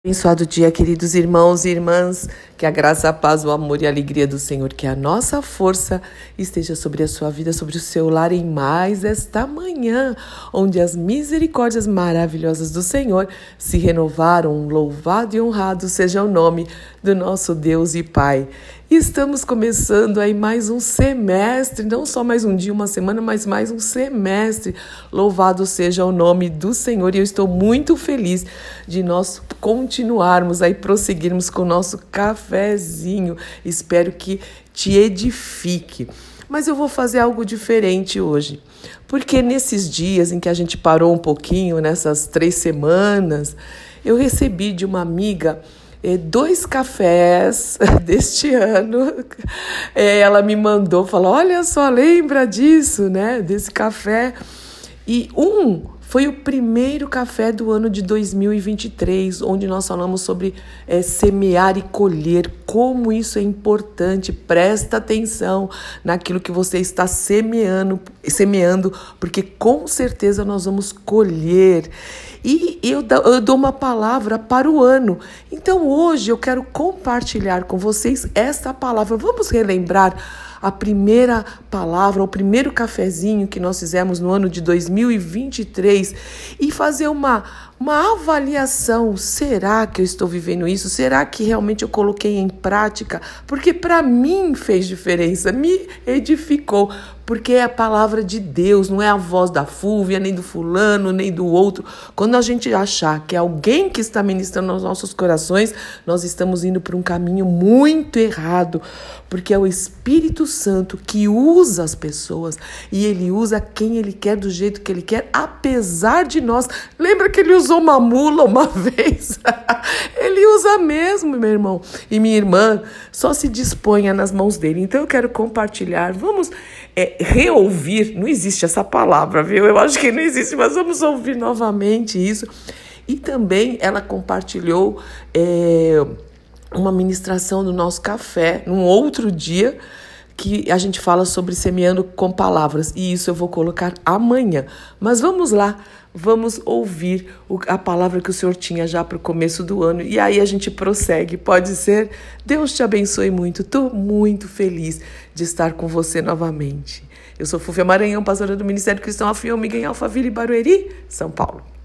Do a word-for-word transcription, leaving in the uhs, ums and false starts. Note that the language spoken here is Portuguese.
Abençoado dia, queridos irmãos e irmãs, que a graça, a paz, o amor e a alegria do Senhor, que a nossa força esteja sobre a sua vida, sobre o seu lar em mais esta manhã, onde as misericórdias maravilhosas do Senhor se renovaram. Louvado e honrado seja o nome do nosso Deus e Pai. E estamos começando aí mais um semestre, não só mais um dia, uma semana, mas mais um semestre. Louvado seja o nome do Senhor. E eu estou muito feliz de nós continuarmos aí, prosseguirmos com o nosso cafezinho. Espero que te edifique. Mas eu vou fazer algo diferente hoje, porque nesses dias em que a gente parou um pouquinho, nessas três semanas, eu recebi de uma amiga dois cafés deste ano. Ela me mandou, falou, olha só, lembra disso, né? Desse café. E um foi o primeiro café do ano de dois mil e vinte e três, onde nós falamos sobre é, semear e colher, como isso é importante. Presta atenção naquilo que você está semeando, semeando, porque com certeza nós vamos colher. E eu, eu dou uma palavra para o ano. Então hoje eu quero compartilhar com vocês esta palavra. Vamos relembrar a primeira palavra, o primeiro cafezinho que nós fizemos no ano de dois mil e vinte e três e fazer uma, uma avaliação. Será que eu estou vivendo isso? Será que realmente eu coloquei em prática? Porque para mim fez diferença, me edificou. Porque é a palavra de Deus, não é a voz da Fúvia, nem do fulano, nem do outro. Quando a gente achar que é alguém que está ministrando aos nossos corações, nós estamos indo por um caminho muito errado, porque é o Espírito Santo que usa as pessoas e ele usa quem ele quer, do jeito que ele quer, apesar de nós. Lembra que ele usou uma mula uma vez? Ele usa mesmo, meu irmão e minha irmã, só se disponha nas mãos dele. Então eu quero compartilhar, vamos é, reouvir, não existe essa palavra, viu? Eu acho que não existe, mas vamos ouvir novamente isso. E também ela compartilhou é, uma ministração do nosso café, num outro dia, que a gente fala sobre semeando com palavras, e isso eu vou colocar amanhã. Mas vamos lá, vamos ouvir o, a palavra que o Senhor tinha já para o começo do ano, e aí a gente prossegue, pode ser? Deus te abençoe muito, estou muito feliz de estar com você novamente. Eu sou Fúvia Maranhão, pastora do Ministério Cristão Alfio Ômega em Alphaville, Barueri, São Paulo.